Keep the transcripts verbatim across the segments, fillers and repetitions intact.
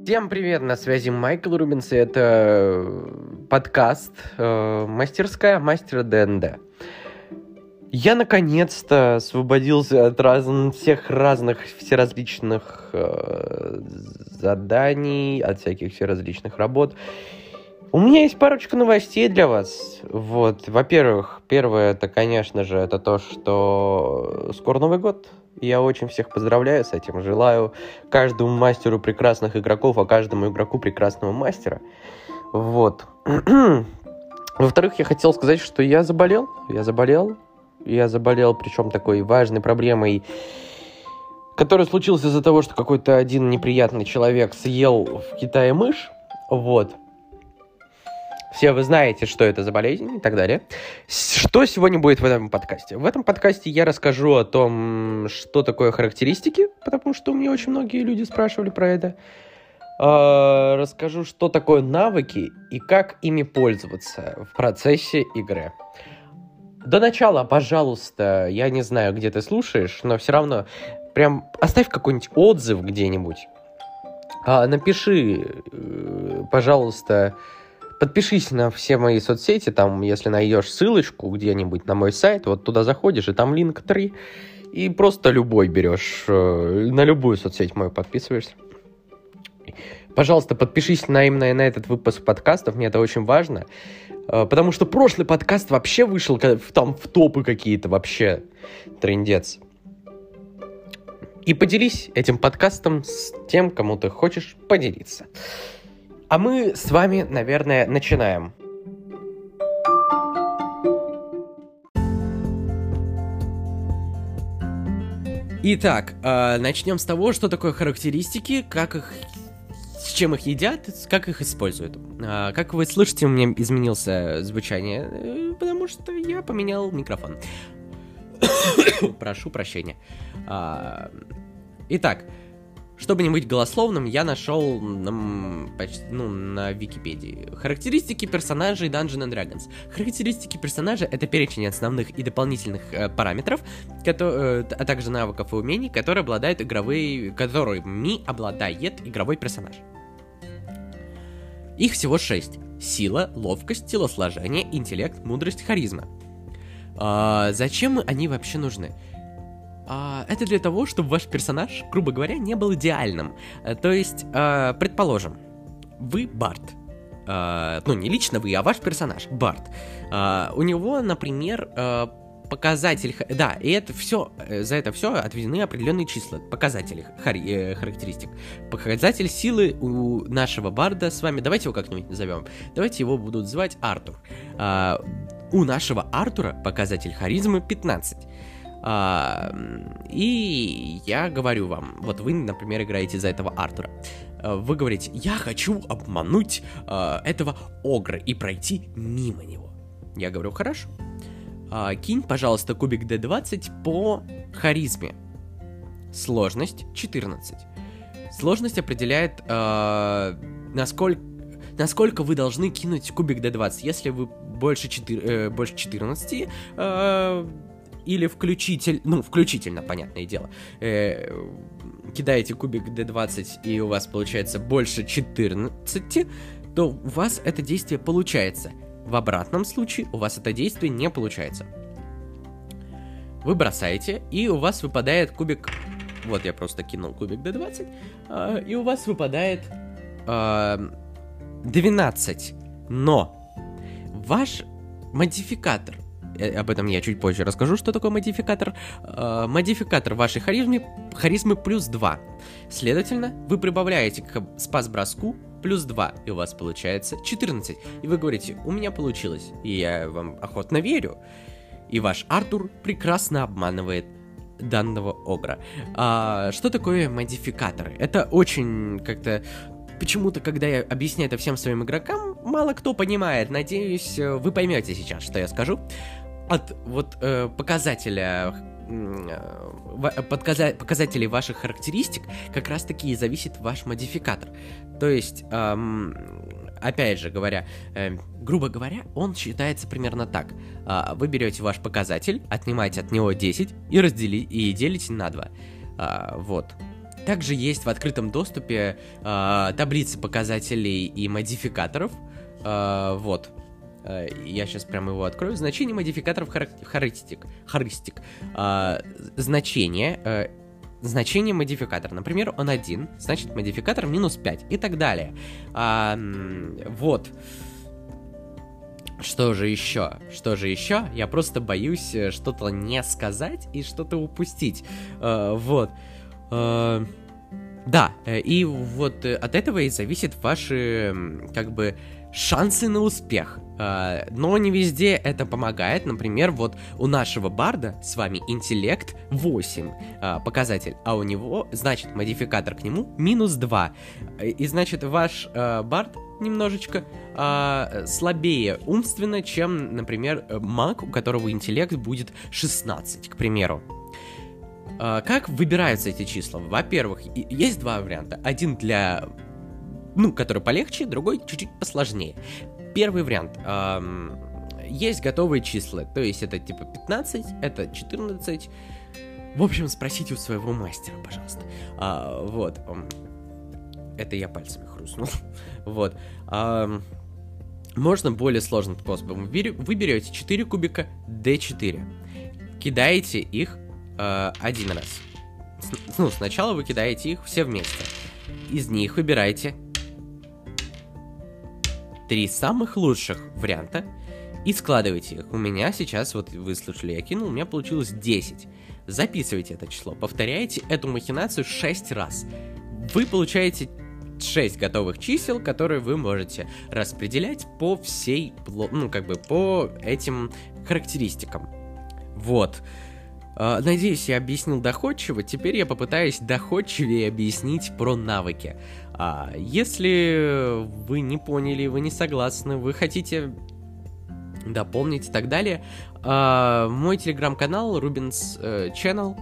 Всем привет, на связи Майкл Рубинс, и это подкаст э, «Мастерская мастера ДНД». Я наконец-то освободился от раз... всех разных, всеразличных э, заданий, от всяких всеразличных работ. У меня есть парочка новостей для вас. Вот, во-первых, первое, это, конечно же, это то, что скоро Новый год. Я очень всех поздравляю с этим. Желаю каждому мастеру прекрасных игроков, а каждому игроку прекрасного мастера. Вот. Во-вторых, я хотел сказать, что я заболел. Я заболел. Я заболел, причем такой важной проблемой, которая случилась из-за того, что какой-то один неприятный человек съел в Китае мышь. Вот. Все вы знаете, что это за болезнь и так далее. Что сегодня будет в этом подкасте? В этом подкасте я расскажу о том, что такое характеристики, потому что мне очень многие люди спрашивали про это. Э, расскажу, что такое навыки и как ими пользоваться в процессе игры. До начала, пожалуйста, я не знаю, где ты слушаешь, но все равно прям оставь какой-нибудь отзыв где-нибудь. Э, напиши, э, пожалуйста... Подпишись на все мои соцсети, там, если найдешь ссылочку где-нибудь на мой сайт, вот туда заходишь, и там линк три, и просто любой берешь, э, на любую соцсеть мою подписываешься. Пожалуйста, подпишись на именно на этот выпуск подкастов, мне это очень важно, э, потому что прошлый подкаст вообще вышел там в топы какие-то, вообще трындец. И поделись этим подкастом с тем, кому ты хочешь поделиться. А мы с вами, наверное, начинаем. Итак, э, начнем с того, что такое характеристики, как их, с чем их едят, как их используют. Э, как вы слышите, у меня изменился звучание, э, потому что я поменял микрофон. Прошу прощения. Э, итак. Чтобы не быть голословным, я нашел на, почти, ну, на Википедии. Характеристики персонажей Dungeons and Dragons. Характеристики персонажа — это перечень основных и дополнительных э, параметров, которые, э, а также навыков и умений, которые обладают игровые, которыми обладает игровой персонаж. Их всего шесть. Сила, ловкость, телосложение, интеллект, мудрость, харизма. А, зачем они вообще нужны? Uh, это для того, чтобы ваш персонаж, грубо говоря, не был идеальным. Uh, то есть, uh, предположим, вы бард. Uh, ну, не лично вы, а ваш персонаж, бард. Uh, у него, например, uh, показатель... Да, и это все, за это все отведены определенные числа, показатели хар- э, характеристик. Показатель силы у нашего барда с вами... Давайте его как-нибудь назовем. Давайте его будут звать Артур. Uh, у нашего Артура показатель харизмы пятнадцать. А, и я говорю вам, вот вы, например, играете за этого Артура. Вы говорите: я хочу обмануть а, этого огра и пройти мимо него. Я говорю: хорошо. А, кинь, пожалуйста, кубик ди двадцать по харизме. Сложность четырнадцать. Сложность определяет, а, насколько, насколько вы должны кинуть кубик ди двадцать. Если вы больше, четыре, э, больше четырнадцати... А, или включитель, ну, включительно, понятное дело, э, кидаете кубик ди двадцать, и у вас получается больше четырнадцати, то у вас это действие получается. В обратном случае у вас это действие не получается. Вы бросаете, и у вас выпадает кубик... Вот я просто кинул кубик ди двадцать, э, и у вас выпадает э, двенадцать. Но ваш модификатор... Об этом я чуть позже расскажу, что такое модификатор. Э, модификатор вашей харизмы, харизмы плюс два. Следовательно, вы прибавляете к спас-броску плюс два, и у вас получается четырнадцать. И вы говорите: у меня получилось. И я вам охотно верю. И ваш Артур прекрасно обманывает данного огра. А, что такое модификаторы? Это очень как-то... Почему-то, когда я объясняю это всем своим игрокам, мало кто понимает. Надеюсь, вы поймете сейчас, что я скажу. От вот э, показателя э, подказа- показателей ваших характеристик как раз-таки и зависит ваш модификатор. То есть, эм, опять же говоря, э, грубо говоря, он считается примерно так. Э, вы берете ваш показатель, отнимаете от него десять и, раздели- и делите на два. Э, вот. Также есть в открытом доступе э, таблицы показателей и модификаторов. Э, вот. Э, я сейчас прямо его открою. Значение модификаторов характеристик. Характеристик. Э, значение... Э, значение модификатора. Например, он один, значит модификатор минус пять и так далее. А, вот. Что же еще? Что же еще? Я просто боюсь что-то не сказать и что-то упустить. А, вот. А, да, и вот от этого и зависят ваши, как бы, шансы на успех. Но не везде это помогает. Например, вот у нашего барда с вами интеллект восемь показатель, а у него, значит, модификатор к нему минус два. И значит, ваш бард немножечко слабее умственно, чем, например, маг, у которого интеллект будет шестнадцать, к примеру. Как выбираются эти числа? Во-первых, есть два варианта. Один для... ну, который полегче, другой чуть-чуть посложнее. Первый вариант. Эм, есть готовые числа, то есть это типа пятнадцать, это четырнадцать. В общем, спросите у своего мастера, пожалуйста. А, вот. Это я пальцами хрустнул. Вот. А, можно более сложным способом. Вы берете четыре кубика ди четыре. Кидаете их а, один раз. С, ну, сначала вы кидаете их все вместе. Из них выбираете три самых лучших варианта и складывайте их. У меня сейчас, вот вы слышали, я кинул, у меня получилось десять. Записывайте это число, повторяйте эту махинацию шесть раз. Вы получаете шесть готовых чисел, которые вы можете распределять по всей, ну, как бы по этим характеристикам. Вот. Надеюсь, я объяснил доходчиво. Теперь я попытаюсь доходчивее объяснить про навыки. Если вы не поняли, вы не согласны, вы хотите дополнить и так далее, мой телеграм-канал Rubens Channel,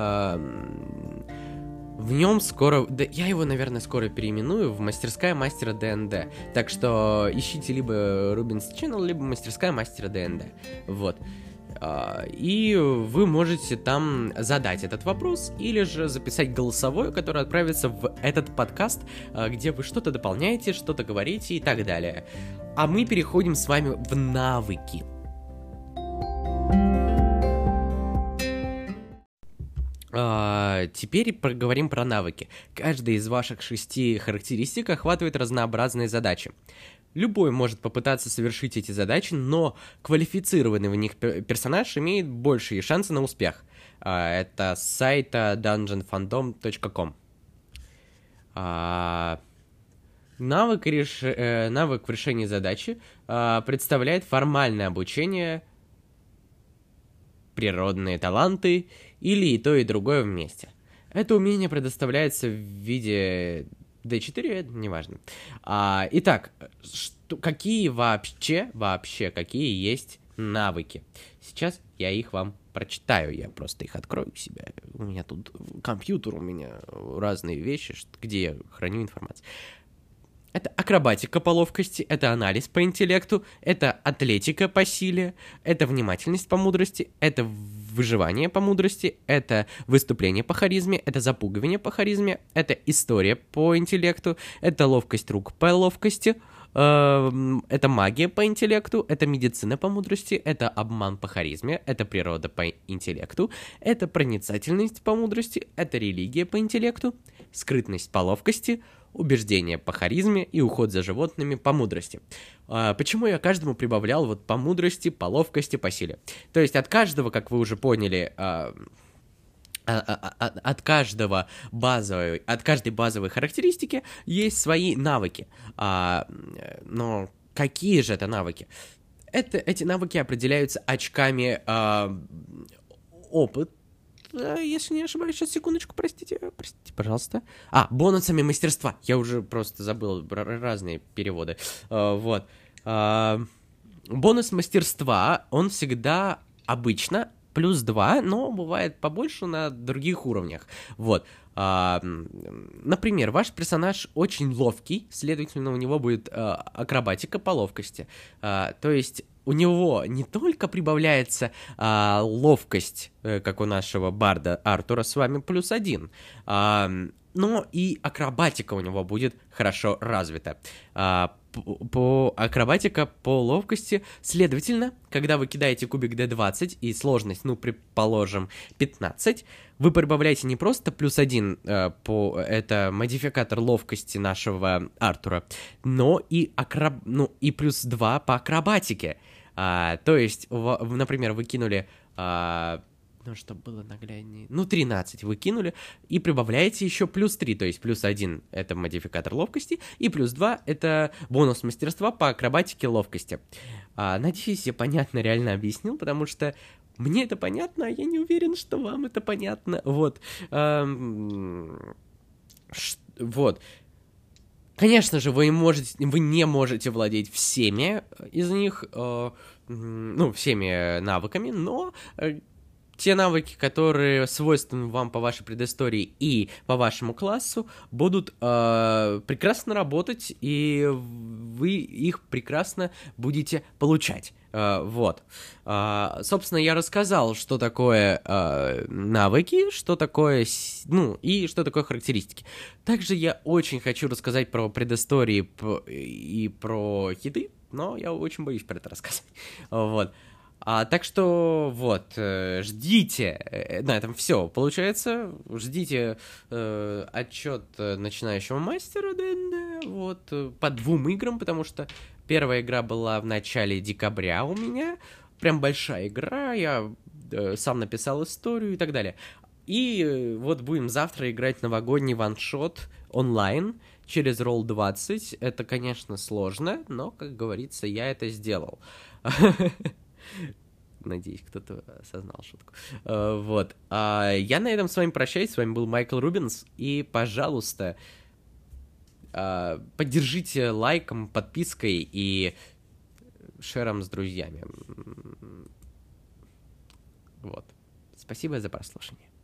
в нем скоро... Да, я его, наверное, скоро переименую в Мастерская Мастера ДНД. Так что ищите либо Rubens Channel, либо Мастерская Мастера ДНД. Вот. И вы можете там задать этот вопрос или же записать голосовое, которое отправится в этот подкаст, где вы что-то дополняете, что-то говорите и так далее. А мы переходим с вами в навыки. А, теперь поговорим про навыки. Каждая из ваших шести характеристик охватывает разнообразные задачи. Любой может попытаться совершить эти задачи, но квалифицированный в них персонаж имеет большие шансы на успех. Это с сайта данжен фандом точка ком. Навык, реш... навык в решении задачи представляет формальное обучение, природные таланты или и то, и другое вместе. Это умение предоставляется в виде ди четыре, это неважно. А, итак, что, какие вообще, вообще, какие есть навыки? Сейчас я их вам прочитаю, я просто их открою у себя. У меня тут компьютер, у меня разные вещи, где я храню информацию. Это акробатика по ловкости, это анализ по интеллекту, это атлетика по силе, это внимательность по мудрости, это выживание по мудрости, это выступление по харизме, это запугивание по харизме, это история по интеллекту, это ловкость рук по ловкости, э, это магия по интеллекту, это медицина по мудрости, это обман по харизме, это природа по интеллекту, это проницательность по мудрости, это религия по интеллекту, скрытность по ловкости, убеждение по харизме и уход за животными по мудрости. А, почему я каждому прибавлял вот по мудрости, по ловкости, по силе? То есть от каждого, как вы уже поняли, а, а, а, а, от каждого базовой, от каждой базовой характеристики есть свои навыки. А, но какие же это навыки? Это, эти навыки определяются очками а, опыта. Если не ошибаюсь, сейчас, секундочку, простите, простите, пожалуйста. А, бонусами мастерства. Я уже просто забыл разные переводы. Uh, вот. Uh, бонус мастерства, он всегда обычно плюс два, но бывает побольше на других уровнях. Вот. Uh, например, ваш персонаж очень ловкий, следовательно, у него будет uh, акробатика по ловкости. Uh, то есть у него не только прибавляется uh, ловкость, uh, как у нашего барда Артура с вами, плюс один, uh, но и акробатика у него будет хорошо развита. А, по акробатика по ловкости, следовательно, когда вы кидаете кубик дэ двадцать и сложность, ну, предположим, пятнадцать, вы прибавляете не просто плюс один э, по это модификатор ловкости нашего Артура, но и акроб... ну и плюс два по акробатике. А, то есть, в, например, вы кинули, а, ну, чтобы было нагляднее, ну, тринадцать вы кинули, и прибавляете еще плюс три, то есть плюс один это модификатор ловкости, и плюс два это бонус мастерства по акробатике ловкости. А, надеюсь, я понятно реально объяснил, потому что мне это понятно, а я не уверен, что вам это понятно. Вот. А, ш, вот. Конечно же, вы, можете, вы не можете владеть всеми из них, э, ну, всеми навыками, но э, те навыки, которые свойственны вам по вашей предыстории и по вашему классу, будут э, прекрасно работать, и вы их прекрасно будете получать. Uh, вот. Uh, собственно, я рассказал, что такое uh, навыки, что такое, ну, и что такое характеристики. Также я очень хочу рассказать про предыстории и про хиты, но я очень боюсь про это рассказать. Вот. А, так что, вот, э, ждите, на этом все, получается, ждите э, отчет начинающего мастера ДНД, вот, по двум играм, потому что первая игра была в начале декабря у меня, прям большая игра, я э, сам написал историю и так далее. И э, вот будем завтра играть новогодний ваншот онлайн через ролл двадцать, это, конечно, сложно, но, как говорится, я это сделал. Надеюсь, кто-то осознал шутку. Uh, вот. Uh, я на этом с вами прощаюсь. С вами был Майкл Рубинс. И, пожалуйста, uh, поддержите лайком, подпиской и шером с друзьями. Вот. Спасибо за прослушивание.